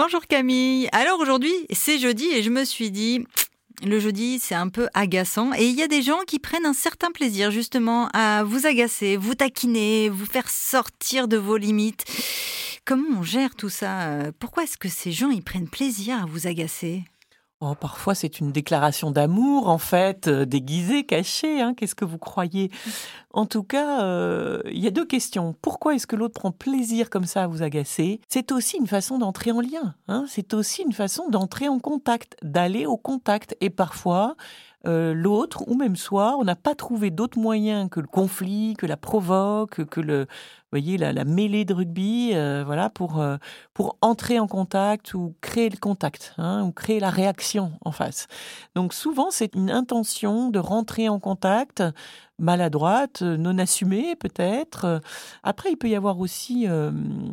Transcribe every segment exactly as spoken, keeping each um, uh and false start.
Bonjour Camille. Alors aujourd'hui, c'est jeudi et je me suis dit, le jeudi, c'est un peu agaçant. Et il y a des gens qui prennent un certain plaisir justement à vous agacer, vous taquiner, vous faire sortir de vos limites. Comment on gère tout ça? Pourquoi est-ce que ces gens, ils prennent plaisir à vous agacer? Oh, parfois, c'est une déclaration d'amour, en fait, euh, déguisée, cachée. Hein, qu'est-ce que vous croyez? En tout cas, euh, il y a deux questions. Pourquoi est-ce que l'autre prend plaisir comme ça à vous agacer? C'est aussi une façon d'entrer en lien. Hein, c'est aussi une façon d'entrer en contact, d'aller au contact. Et parfois, euh, l'autre, ou même soi, on n'a pas trouvé d'autres moyens que le conflit, que la provoque, que le, vous voyez, la, la mêlée de rugby, euh, voilà, pour, euh, pour entrer en contact ou créer le contact, hein, ou créer la réaction en face. Donc souvent, c'est une intention de rentrer en contact, maladroite, non assumée peut-être. Après, il peut y avoir aussi, euh,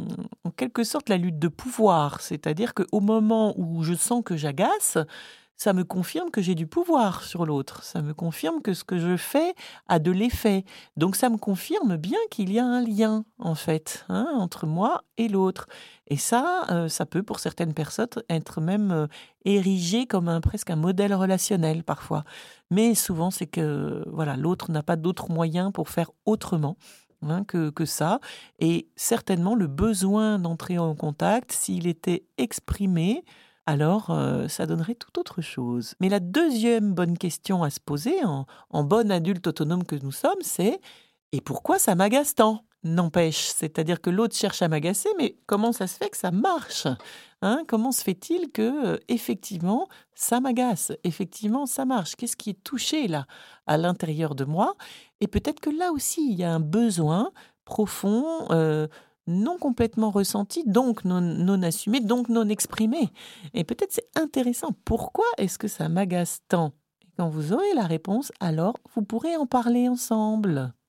en quelque sorte, la lutte de pouvoir. C'est-à-dire qu'au moment où je sens que j'agace, ça me confirme que j'ai du pouvoir sur l'autre. Ça me confirme que ce que je fais a de l'effet. Donc ça me confirme bien qu'il y a un lien, en fait, hein, entre moi et l'autre. Et ça, euh, ça peut, pour certaines personnes, être même euh, érigé comme un, presque un modèle relationnel, parfois. Mais souvent, c'est que voilà, l'autre n'a pas d'autre moyen pour faire autrement. Hein, que, que ça. Et certainement, le besoin d'entrer en contact, s'il était exprimé, alors euh, ça donnerait tout autre chose. Mais la deuxième bonne question à se poser, en, en bon adulte autonome que nous sommes, c'est « et pourquoi ça m'agace tant ?» N'empêche, c'est-à-dire que l'autre cherche à m'agacer, mais comment ça se fait que ça marche? Hein, comment se fait-il que, euh, effectivement, ça m'agace? Effectivement, ça marche. Qu'est-ce qui est touché là, à l'intérieur de moi? Et peut-être que là aussi, il y a un besoin profond, euh, non complètement ressenti, donc non, non assumé, donc non exprimé. Et peut-être c'est intéressant. Pourquoi est-ce que ça m'agace tant? Et quand vous aurez la réponse, alors vous pourrez en parler ensemble.